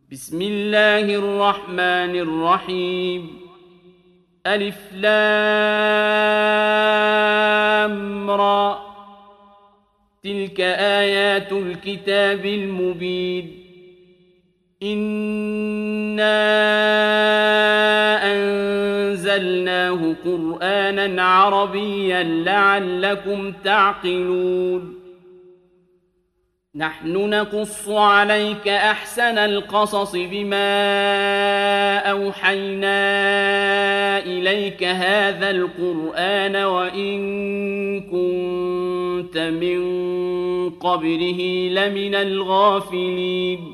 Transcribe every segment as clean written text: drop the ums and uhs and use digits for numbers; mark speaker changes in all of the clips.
Speaker 1: بسم الله الرحمن الرحيم ألف لام را تلك آيات الكتاب المبين إنا أنزلناه قرآنا عربيا لعلكم تعقلون نحن نقص عليك أحسن القصص بما أوحينا إليك هذا القرآن وإن كنت من قبله لمن الغافلين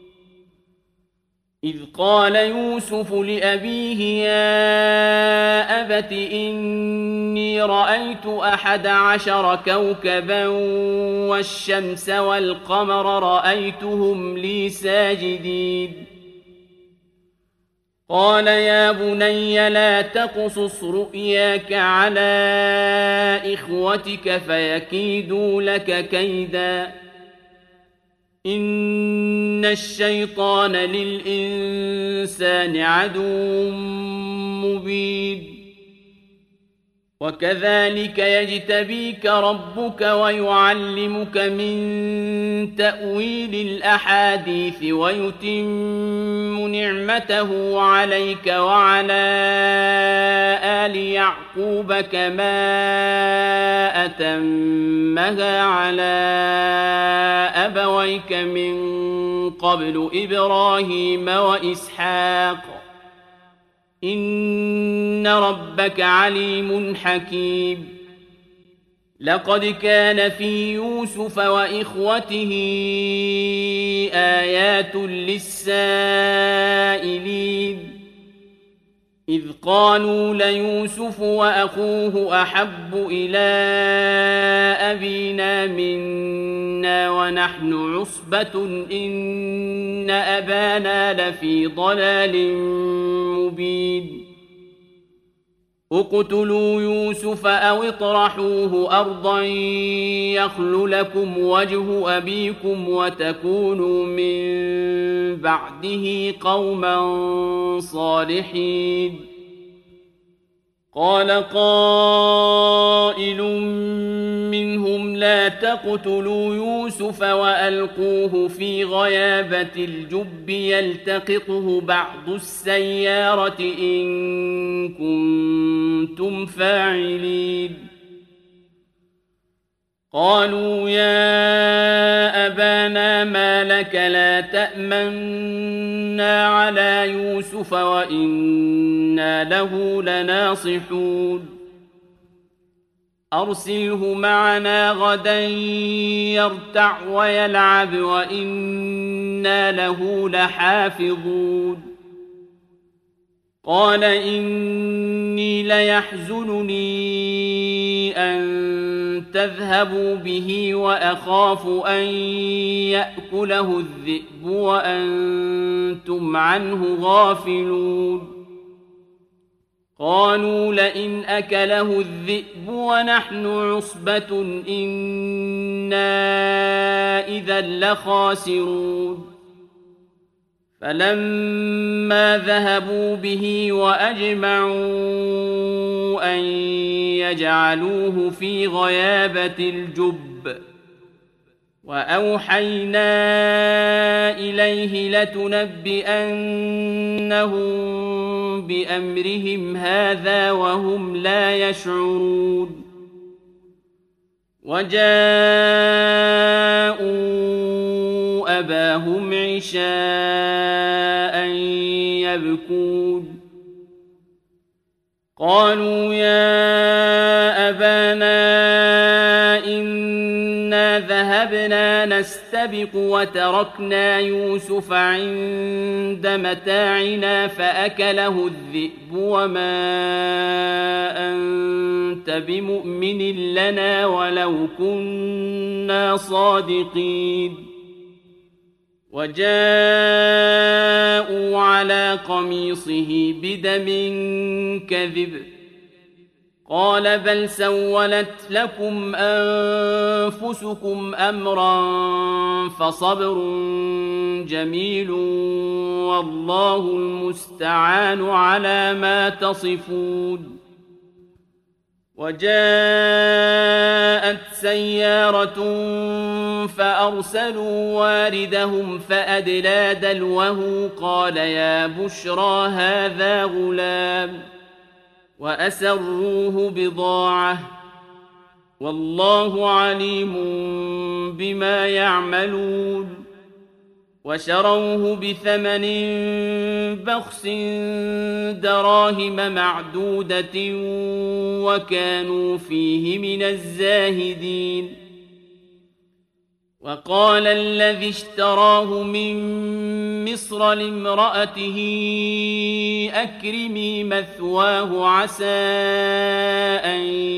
Speaker 1: إذ قال يوسف لأبيه يا أبت إني رأيت 11 كوكبا والشمس والقمر رأيتهم لي ساجدين قال يا بني لا تقصص رؤياك على إخوتك فيكيدوا لك كيدا إن الشيطان للإنسان عدو مبين وكذلك يجتبيك ربك ويعلمك من تأويل الأحاديث ويتم نعمته عليك وعلى آل يعقوب كما أتمها على أبويك من قبل إبراهيم وإسحاق إن ربك عليم حكيم لقد كان في يوسف وإخوته آيات للسائلين إذ قالوا ليوسف وأخوه أحب إلى أبينا منا ونحن عصبة إن أبانا لفي ضلال مبين اقتلوا يوسف أو اطرحوه أرضا يخل لكم وجه أبيكم وتكونوا من بعده قوما صالحين قال قائل منهم لا تقتلوا يوسف وألقوه في غيابة الجب يلتقطه بعض السيارة إن كنتم فاعلين قالوا يا أبانا ما لك لا تأمنا على يوسف وإنا له لناصحون أرسله معنا غدا يرتع ويلعب وإنا له لحافظون قال إني ليحزنني أن تذهبوا به وأخاف أن يأكله الذئب وأنتم عنه غافلون قالوا لئن أكله الذئب ونحن عصبة إنا إذا لخاسرون فلما ذهبوا به وأجمعوا أن يجعلوه في غيابة الجب وأوحينا إليه لتنبئنهم بأمرهم هذا وهم لا يشعرون وجاءوا أباهم عشاء يبكون قالوا يا أبانا إنا ذهبنا نستبق وتركنا يوسف عند متاعنا فأكله الذئب وما أنت بمؤمن لنا ولو كنا صادقين وجاءوا على قميصه بدم كذب قال بل سولت لكم أنفسكم أمرا فصبر جميل والله المستعان على ما تصفون وجاءت سيارة فأرسلوا واردهم فأدلى دلوه قال يا بشرى هذا غلام وأسروه بضاعة والله عليم بما يعملون وشروه بثمن بخس دراهم معدودة وكانوا فيه من الزاهدين وقال الذي اشتراه من مصر لامرأته أكرمي مثواه عسى أن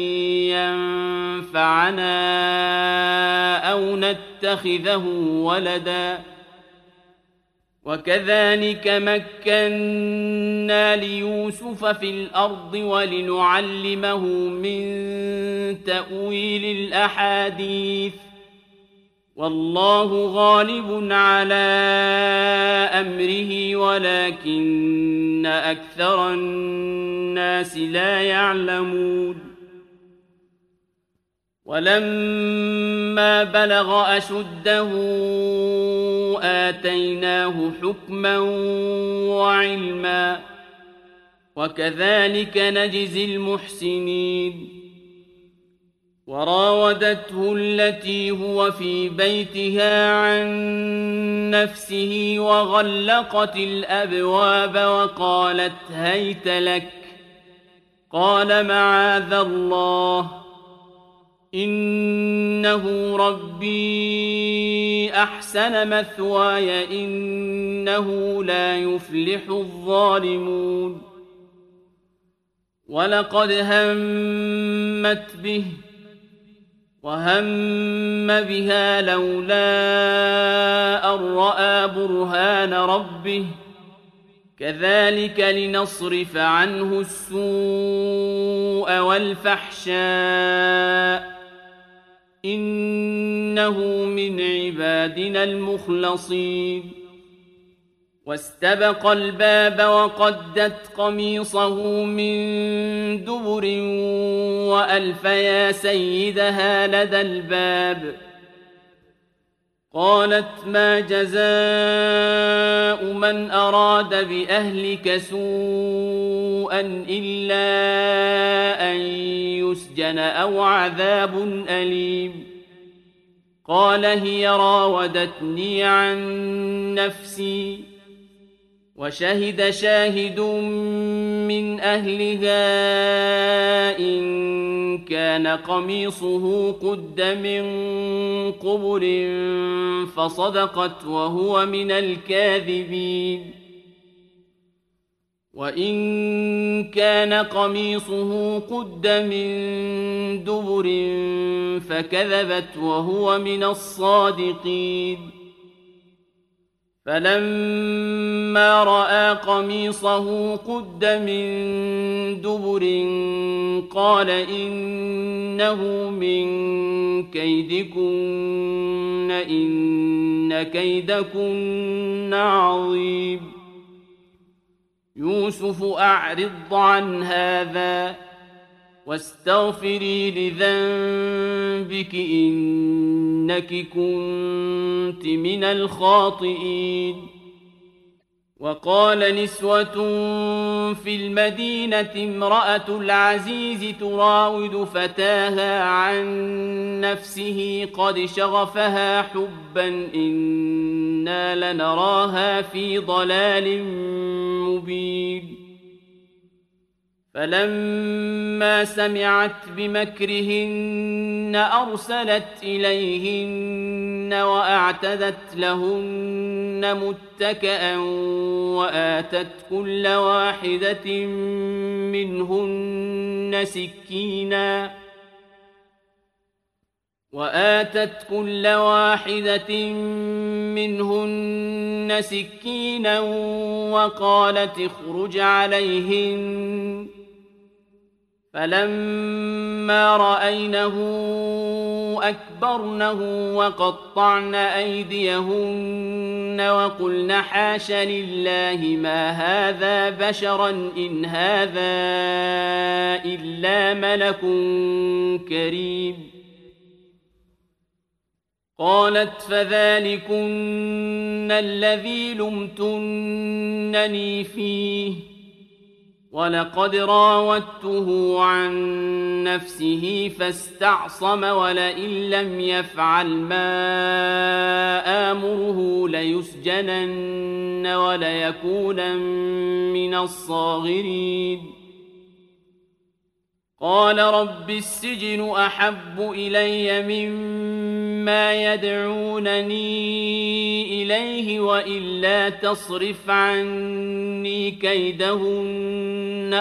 Speaker 1: ينفعنا أو نتخذه ولدا وكذلك مكنا ليوسف في الأرض ولنعلمه من تأويل الأحاديث والله غالب على أمره ولكن أكثر الناس لا يعلمون ولما بلغ أشده آتيناه حكما وعلما وكذلك نجزي المحسنين وراودته التي هو في بيتها عن نفسه وغلقت الأبواب وقالت هيت لك قال معاذ الله إنه ربي أحسن مثواي إنه لا يفلح الظالمون ولقد همت به وهم بها لولا أن رأى برهان ربه كذلك لنصرف عنه السوء والفحشاء إنه من عبادنا المخلصين واستبق الباب وقدت قميصه من دبر وألف يا سيدها لدى الباب قالت ما جزاء من أراد بأهلك سوءا إلا أن يسجن أو عذاب أليم قال هي راودتني عن نفسي وشهد شاهد من أهلها إن كان قميصه قد من قبل فصدقت وهو من الكاذبين وإن كان قميصه قد من دبر فكذبت وهو من الصادقين فلما رأى قميصه قد من دبر قال إنه من كيدكن إن كيدكن عظيم يوسف أعرض عن هذا واستغفري لذنبك إنك كنت من الخاطئين وقال نسوة في المدينة امرأة العزيز تراود فتاها عن نفسه قد شغفها حبا إنا لنراها في ضلال مبين فلما سمعت بمكرهن أرسلت إليهن وأعتدت لهن متكئا وآتت كل واحدة منهن سكينا وقالت اخرج عليهن فلما رأينه أكبرنه وقطعن أيديهن وقلن حاش لله ما هذا بشرا إن هذا إلا ملك كريم. قالت فذلكن الذي لمتنني فيه ولقد راودته عن نفسه فاستعصم ولئن لم يفعل ما آمره ليسجنن وليكونن من الصاغرين. قال رب السجن أحب إلي مما يدعونني إليه وإلا تصرف عني كيدهن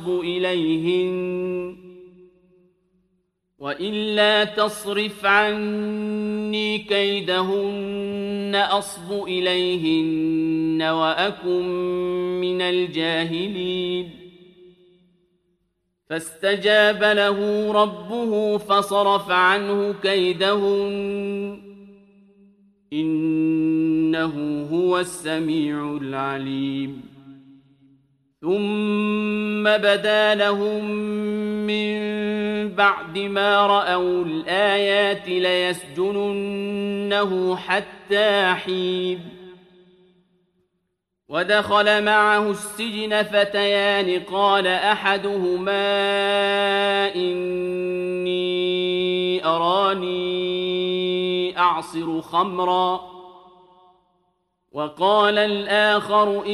Speaker 1: أصب إليهن وأكن من الجاهلين. فاستجاب له ربه فصرف عنه كيدهن إنه هو السميع العليم. ثم بدا لهم من بعد ما رأوا الآيات ليسجننه حتى حين. ودخل معه السجن فتيان قال أحدهما إني أراني أعصر خمرا وقال الآخر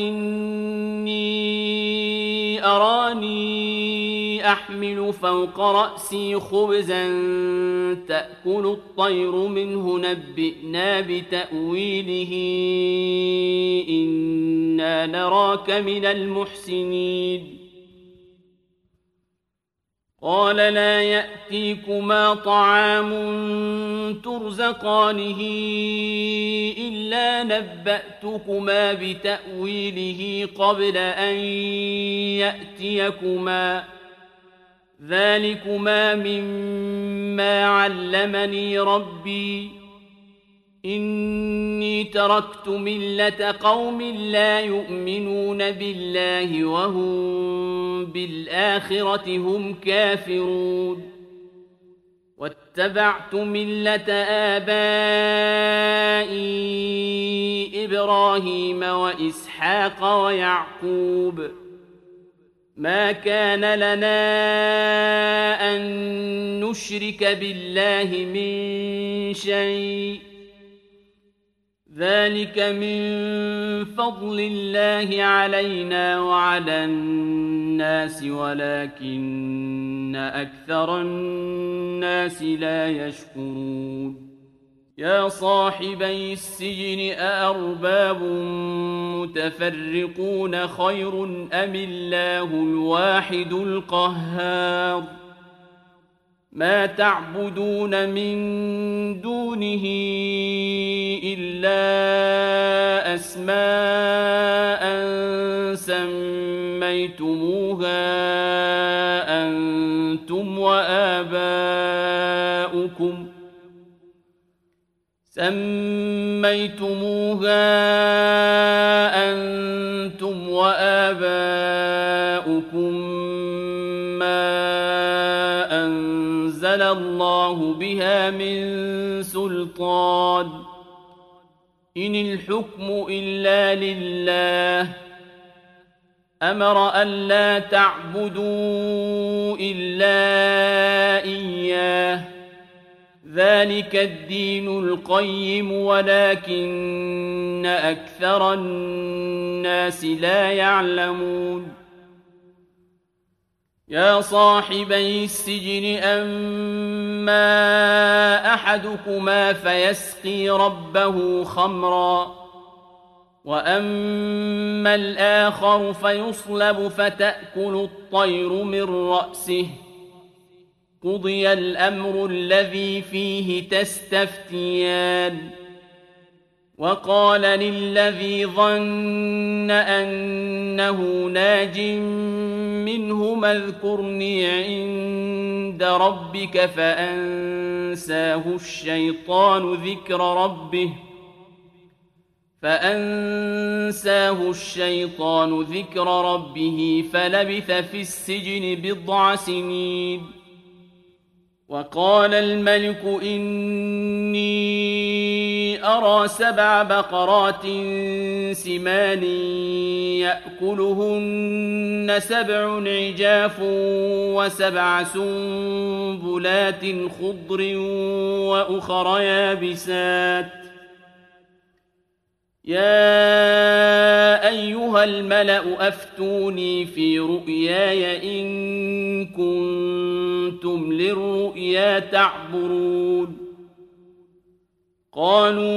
Speaker 1: إني أراني أحمل فوق رأسي خبزا تأكل الطير منه نبئنا بتأويله إنا نراك من المحسنين. قال لا يأتيكما طعام ترزقانه إلا نبأتكما بتأويله قبل أن يأتيكما ذلكما مما علمني ربي إني تركت ملة قوم لا يؤمنون بالله وهم بالآخرة هم كافرون واتبعت ملة آبائي إبراهيم وإسحاق ويعقوب ما كان لنا أن نشرك بالله من شيء ذلك من فضل الله علينا وعلى الناس ولكن أكثر الناس لا يشكرون. يا صاحبي السجن أأرباب متفرقون خير أم الله الواحد القهار ما تعبدون من دونه إلا أسماء سميتموها أنتم وآباؤكم ما أنزل الله بها من سلطان إن الحكم إلا لله أمر ألا تعبدوا إلا إياه ذلك الدين القيم ولكن أكثر الناس لا يعلمون. يا صاحبي السجن أما أحدكما فيسقي ربه خمرا وأما الآخر فيصلب فتأكل الطير من رأسه قضي الأمر الذي فيه تستفتيان. وقال للذي ظن أنه ناج منهما اذكرني عند ربك فأنساه الشيطان ذكر ربه فلبث في السجن بضع سنين. وقال الملك إني أرى 7 بقرات سمان يأكلهن 7 عجاف و7 سنبلات خضر وأخر يابسات. يا أيها الملأ أفتوني في رؤياي إن كنتم للرؤيا تعبرون. قالوا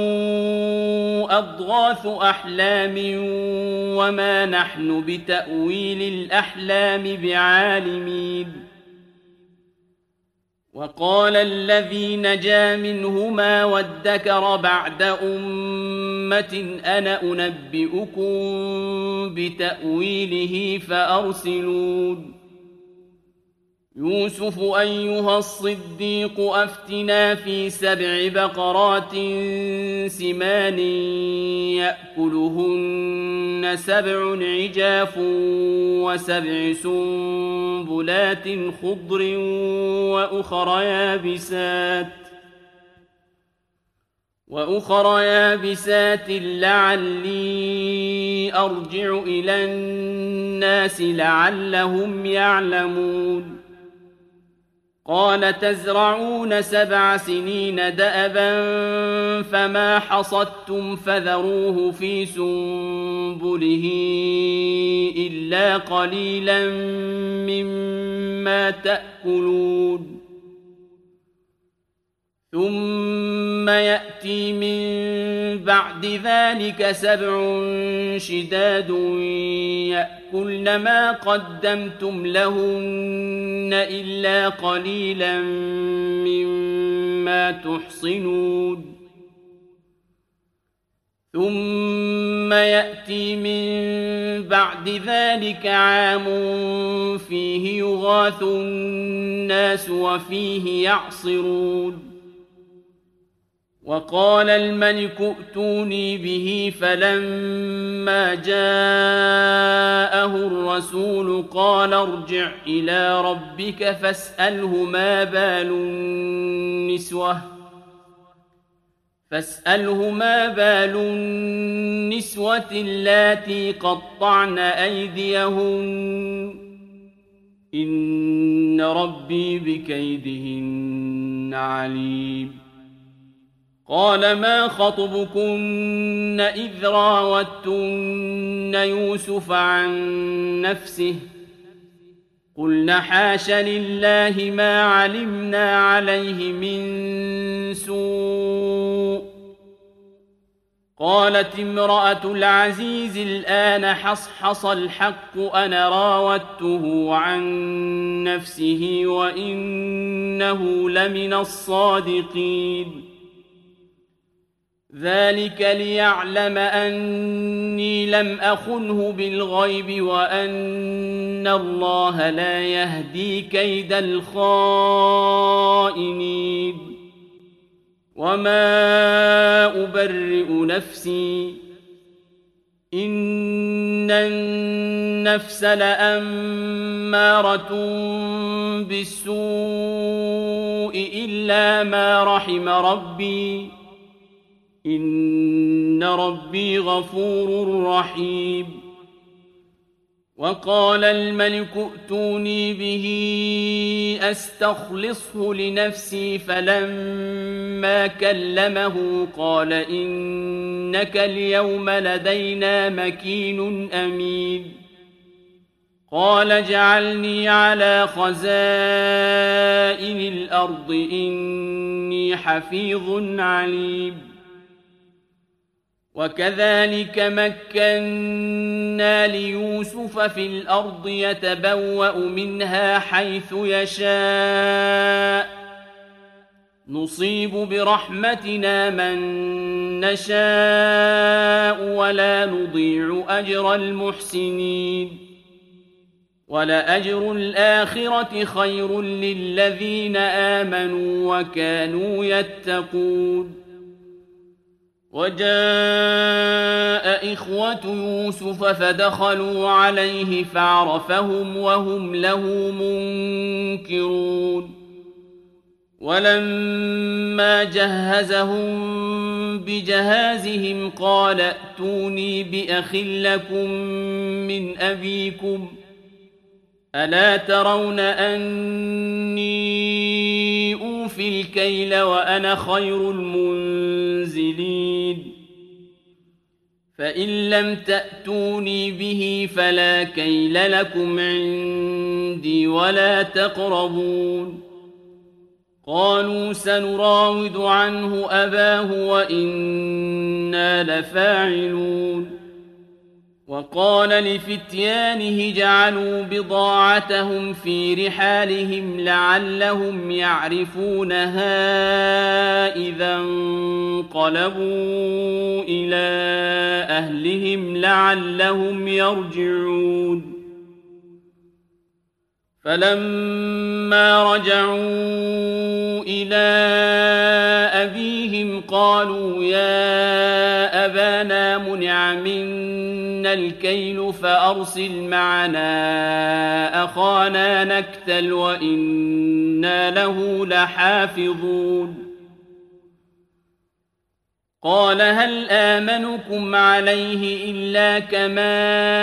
Speaker 1: أضغاث أحلام وما نحن بتأويل الأحلام بعالمين. وقال الذي نجا منهما وادكر بعد أمة أنا أنبئكم بتأويله فأرسلون. يوسف أيها الصديق أفتنا في 7 بقرات سمان يأكلهن 7 عجاف و7 سنبلات خضر وأخر يابسات لعلي أرجع إلى الناس لعلهم يعلمون. قال تزرعون 7 سنين دأبا فما حصدتم فذروه في سنبله إلا قليلا مما تأكلون. ثم يأتي من بعد ذلك 7 شداد يأكلن ما قدمتم لهن إلا قليلا مما تحصنون. ثم يأتي من بعد ذلك عام فيه يغاث الناس وفيه يعصرون. وقال الملك ائتوني به فلما جاءه الرسول قال ارجع إلى ربك فاسأله ما بال النسوة اللاتي قطعن أيديهن إن ربي بكيدهن عليم. قال ما خطبكن إذ راوتن يوسف عن نفسه قلن حاش لله ما علمنا عليه من سوء. قالت امرأة العزيز الآن حصحص الحق أنا راودته عن نفسه وإنه لمن الصادقين. ذلك ليعلم أني لم أخنه بالغيب وأن الله لا يهدي كيد الخائنين. وما أبرئ نفسي إن النفس لأمارة بالسوء إلا ما رحم ربي إن ربي غفور رحيم. وقال الملك ائتوني به أستخلصه لنفسي فلما كلمه قال إنك اليوم لدينا مكين أمين. قال اجعلني على خزائن الأرض إني حفيظ عليم. وكذلك مكنا ليوسف في الأرض يتبوأ منها حيث يشاء نصيب برحمتنا من نشاء ولا نضيع أجر المحسنين. ولأجر الآخرة خير للذين آمنوا وكانوا يتقون وجاء إخوة يوسف فدخلوا عليه فعرفهم وهم له منكرون ولما جهزهم بجهازهم قال ائتوني بأخ لكم من أبيكم ألا ترون أني أوفي الكيل وأنا خير المنزلين فإن لم تأتوني به فلا كيل لكم عندي ولا تقربون قالوا سنراود عنه أباه وإنا لفاعلون وقال لفتيانه جعلوا بضاعتهم في رحالهم لعلهم يعرفونها إذا انقلبوا إلى أهلهم لعلهم يرجعون فلما رجعوا إلى أبيهم قالوا يا أبانا منع منا الكيل فأرسل معنا أخانا نكتل وإنا له لحافظون قال هل آمنكم عليه إلا كما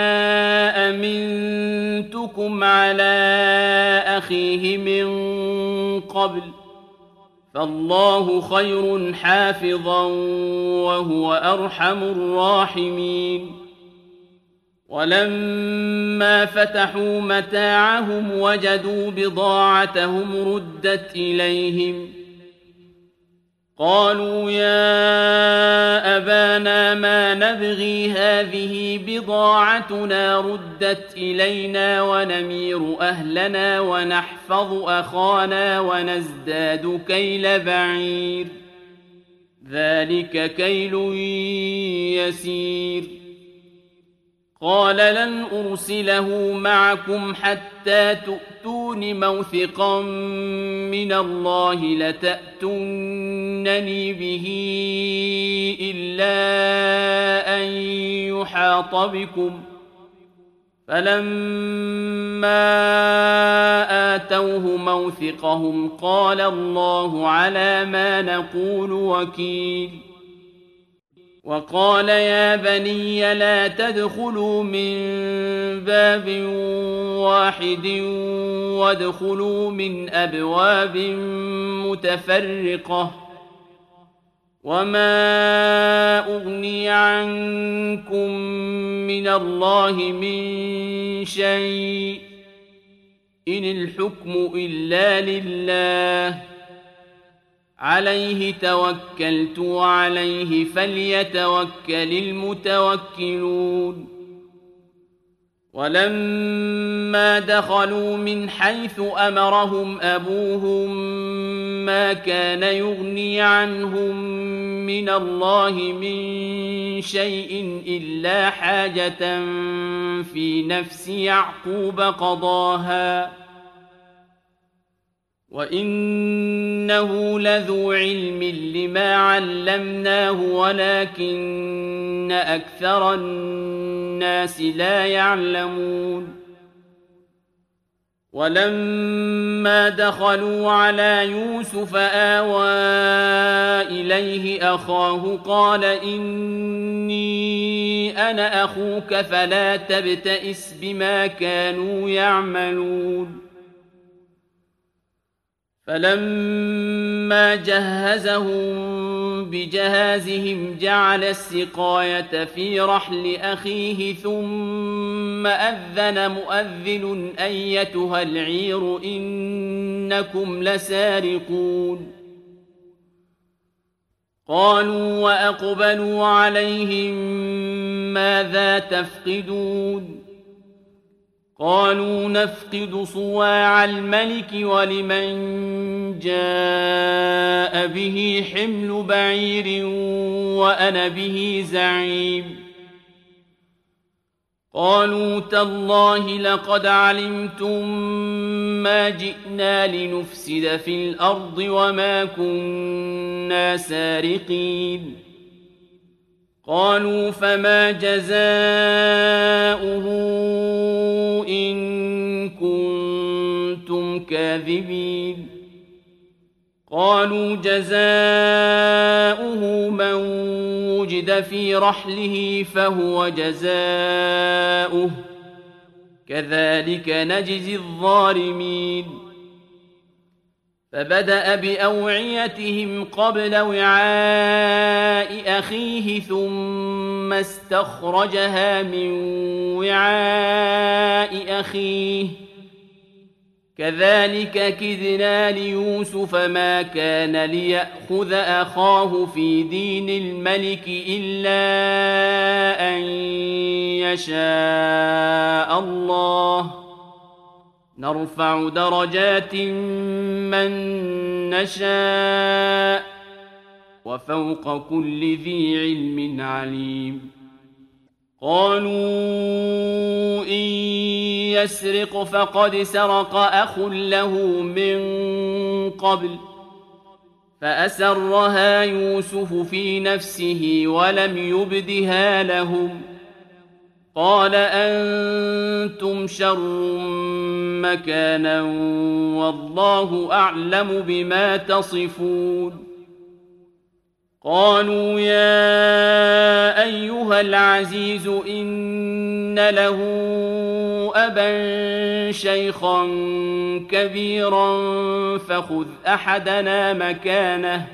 Speaker 1: أمنتكم على أخيه من قبل فالله خير حافظا وهو أرحم الراحمين ولما فتحوا متاعهم وجدوا بضاعتهم ردت إليهم قالوا يا أبانا ما نبغي هذه بضاعتنا ردت إلينا ونمير أهلنا ونحفظ أخانا ونزداد كيل بعير ذلك كيل يسير قال لن أرسله معكم حتى تؤتون موثقا من الله لتأتونني به إلا أن يحاط بكم فلما آتوه موثقهم قال الله على ما نقول وكيل وقال يا بني لا تدخلوا من باب واحد وادخلوا من أبواب متفرقة وما أغني عنكم من الله من شيء إن الحكم إلا لله عليه توكلت وعليه فليتوكل المتوكلون ولما دخلوا من حيث أمرهم أبوهم ما كان يغني عنهم من الله من شيء إلا حاجة في نفس يعقوب قضاها وإنه لذو علم لما علمناه ولكن أكثر الناس لا يعلمون ولما دخلوا على يوسف آوى إليه أخاه قال إني أنا أخوك فلا تبتئس بما كانوا يعملون فلما جهزهم بجهازهم جعل السقاية في رحل أخيه ثم أذن مؤذن أيتها العير إنكم لسارقون قالوا وأقبلوا عليهم ماذا تفقدون قالوا نفقد صواع الملك ولمن جاء به حمل بعير وأنا به زعيم قالوا تالله لقد علمتم ما جئنا لنفسد في الأرض وما كنا سارقين قالوا فما جزاؤه إن كنتم كاذبين قالوا جزاؤه من وجد في رحله فهو جزاؤه كذلك نجزي الظالمين فبدأ بأوعيتهم قبل وعاء أخيه ثم استخرجها من وعاء أخيه كذلك كدنا ليوسف ما كان ليأخذ أخاه في دين الملك إلا أن يشاء الله نرفع درجات من نشاء وفوق كل ذي علم عليم قالوا إن يسرق فقد سرق أخ له من قبل فأسرها يوسف في نفسه ولم يبدها لهم قال أنتم شر مكانا والله أعلم بما تصفون قالوا يا أيها العزيز إن له أبا شيخا كبيرا فخذ أحدنا مكانه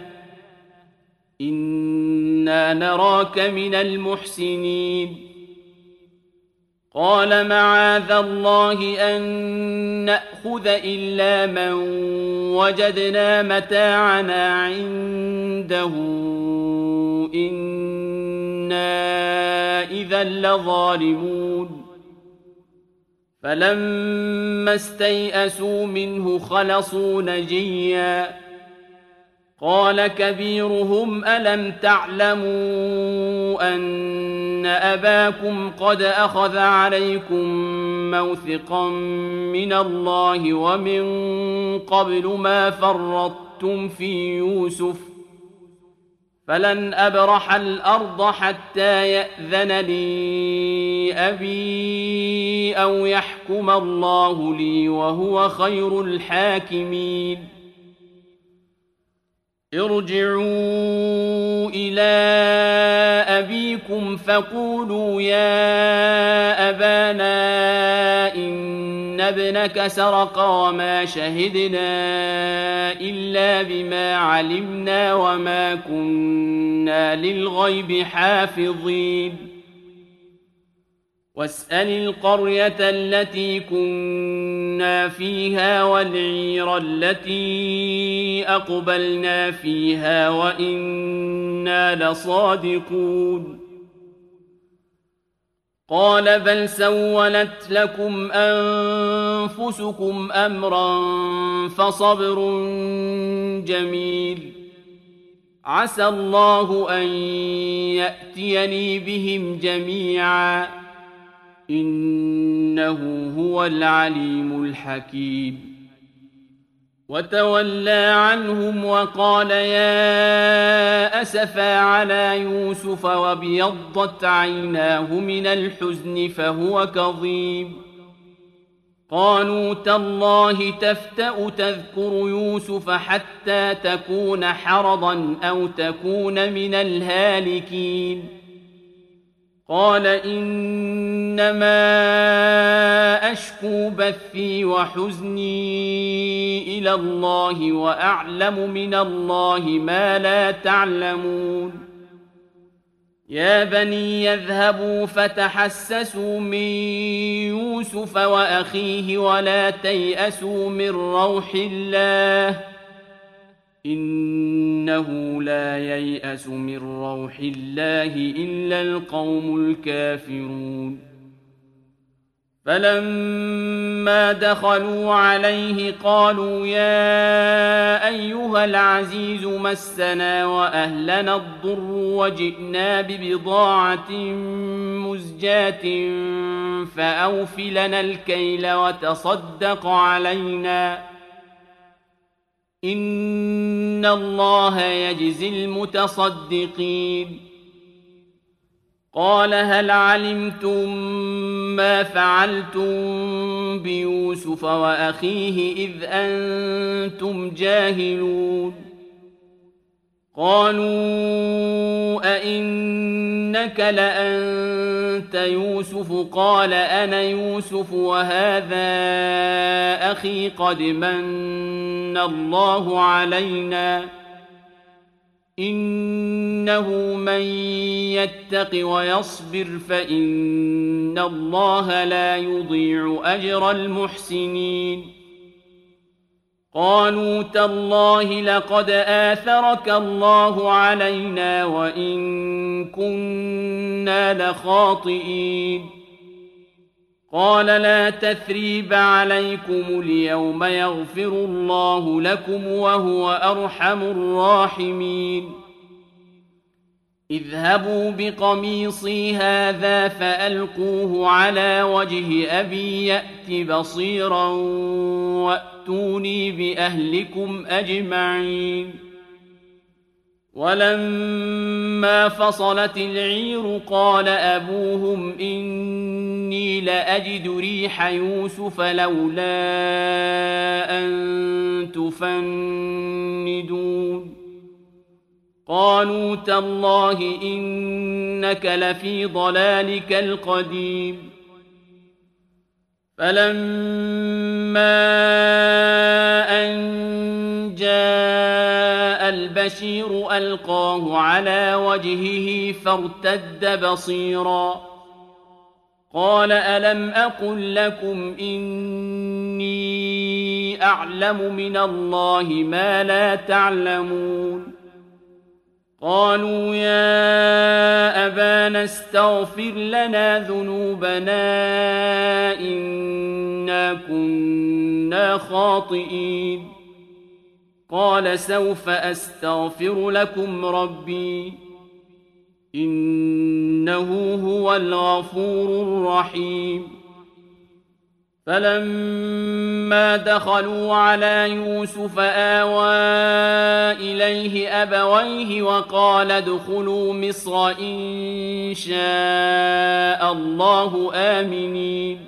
Speaker 1: إنا نراك من المحسنين قال معاذ الله أن نأخذ إلا من وجدنا متاعنا عنده إنا إذا لظالمون فلما استيئسوا منه خلصوا نجيا قال كبيرهم ألم تعلموا أن أباكم قد أخذ عليكم موثقا من الله ومن قبل ما فرطتم في يوسف فلن أبرح الأرض حتى يأذن لي أبي أو يحكم الله لي وهو خير الحاكمين ارجعوا إلى أبيكم فقولوا يا أبانا إن ابنك سرق وما شهدنا إلا بما علمنا وما كنا للغيب حافظين واسأل القرية التي كنا فيها والعير التي أقبلنا فيها وإنا لصادقون قال بل سولت لكم أنفسكم أمرا فصبر جميل عسى الله أن يأتيني بهم جميعا إنه هو العليم الحكيم وتولى عنهم وقال يا أسفا على يوسف وابيضت عيناه من الحزن فهو كظيم قالوا تالله تفتأ تذكر يوسف حتى تكون حرضا أو تكون من الهالكين قال إنما أشكو بثي وحزني إلى الله وأعلم من الله ما لا تعلمون يا بني يذهبوا فتحسسوا من يوسف وأخيه ولا تيأسوا من روح الله إنه لا ييأس من روح الله إلا القوم الكافرون فلما دخلوا عليه قالوا يا أيها العزيز مسنا وأهلنا الضر وجئنا ببضاعة مزجاة فأوف لنا الكيل وتصدق علينا إن الله يجزي المتصدقين قال هل علمتم ما فعلتم بيوسف وأخيه إذ أنتم جاهلون قالوا أئنك لأنت يوسف قال أنا يوسف وهذا أخي قد من الله علينا إنه من يتق ويصبر فإن الله لا يضيع أجر المحسنين قالوا تالله لقد آثرك الله علينا وإن كنا لخاطئين قال لا تثريب عليكم اليوم يغفر الله لكم وهو أرحم الراحمين اذهبوا بقميصي هذا فألقوه على وجه أبي يأت بصيرا وأتوني بأهلكم أجمعين ولما فصلت العير قال أبوهم إني لأجد ريح يوسف لولا أن تفندون قالوا تالله إنك لفي ضلالك القديم فلما أن جاء البشير ألقاه على وجهه فارتد بصيرا قال ألم أقل لكم إني أعلم من الله ما لا تعلمون قالوا يا أبانا استغفر لنا ذنوبنا إنا كنا خاطئين قال سوف أستغفر لكم ربي إنه هو الغفور الرحيم فلما دخلوا على يوسف آوى إليه أبويه وقال ادخلوا مصر إن شاء الله آمنين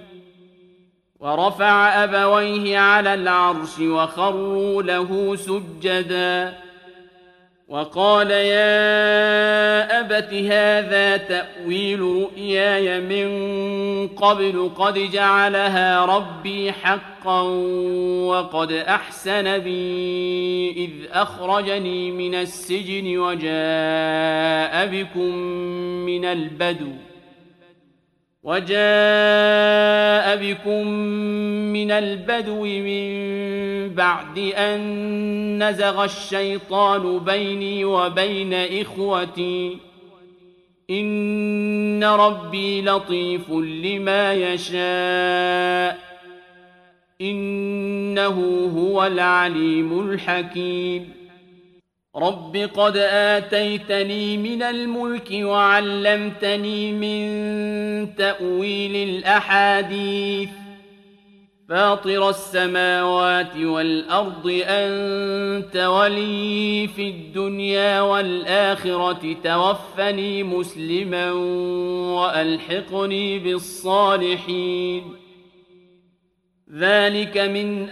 Speaker 1: ورفع أبويه على العرش وخروا له سجدا وقال يا أبت هذا تأويل رؤياي من قبل قد جعلها ربي حقا وقد أحسن بي إذ أخرجني من السجن وجاء بكم من البدو من بعد أن نزغ الشيطان بيني وبين إخوتي إن ربي لطيف لما يشاء إنه هو العليم الحكيم رب قد آتيتني من الملك وعلمتني من تأويل الأحاديث فاطر السماوات والأرض أنت ولي في الدنيا والآخرة توفني مسلما وألحقني بالصالحين ذلك من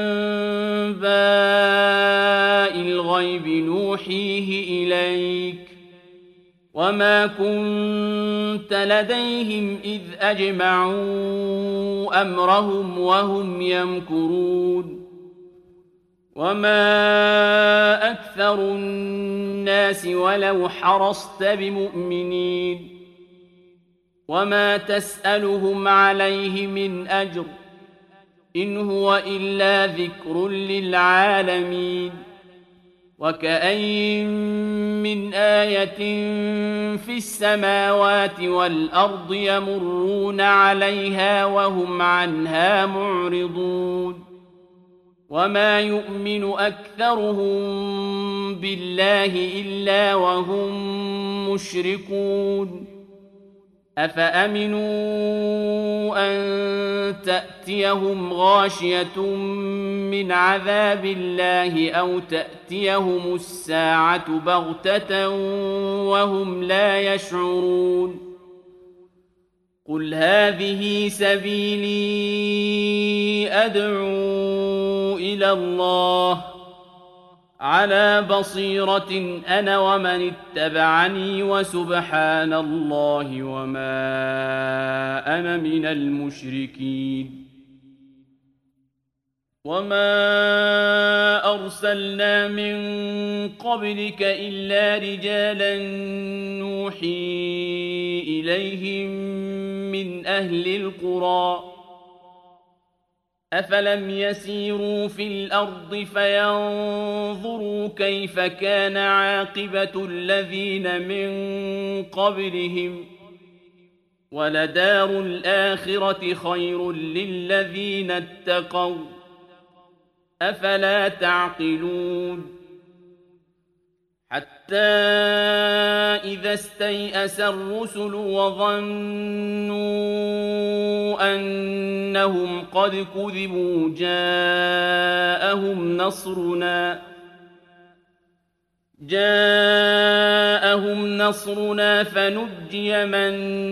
Speaker 1: أنباء الغيب نوحيه إليك وما كنت لديهم إذ أجمعوا أمرهم وهم يمكرون وما أكثر الناس ولو حرصت بمؤمنين وما تسألهم عليه من أجر إن هو إلا ذكر للعالمين وكأين من آية في السماوات والأرض يمرون عليها وهم عنها معرضون وما يؤمن أكثرهم بالله إلا وهم مشركون أفأمنوا أن تأتيهم غاشية من عذاب الله أو تأتيهم الساعة بغتة وهم لا يشعرون قل هذه سبيلي أدعو إلى الله على بصيرة أنا ومن اتبعني وسبحان الله وما أنا من المشركين وما أرسلنا من قبلك إلا رجالا نوحي إليهم من أهل القرى أفلم يسيروا في الأرض فينظروا كيف كان عاقبة الذين من قبلهم ولدار الآخرة خير للذين اتقوا أفلا تعقلون حتى إذا استيأس الرسل وظنوا أنهم قد كذبوا جاءهم نصرنا فنجي من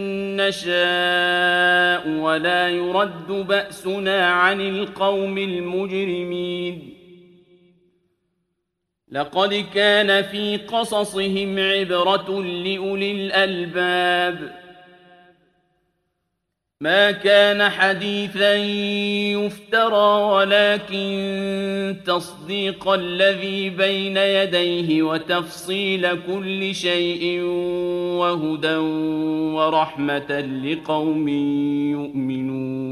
Speaker 1: نشاء ولا يرد بأسنا عن القوم المجرمين لقد كان في قصصهم عبرة لأولي الألباب ما كان حديثا يفترى ولكن تصديق الذي بين يديه وتفصيل كل شيء وهدى ورحمة لقوم يؤمنون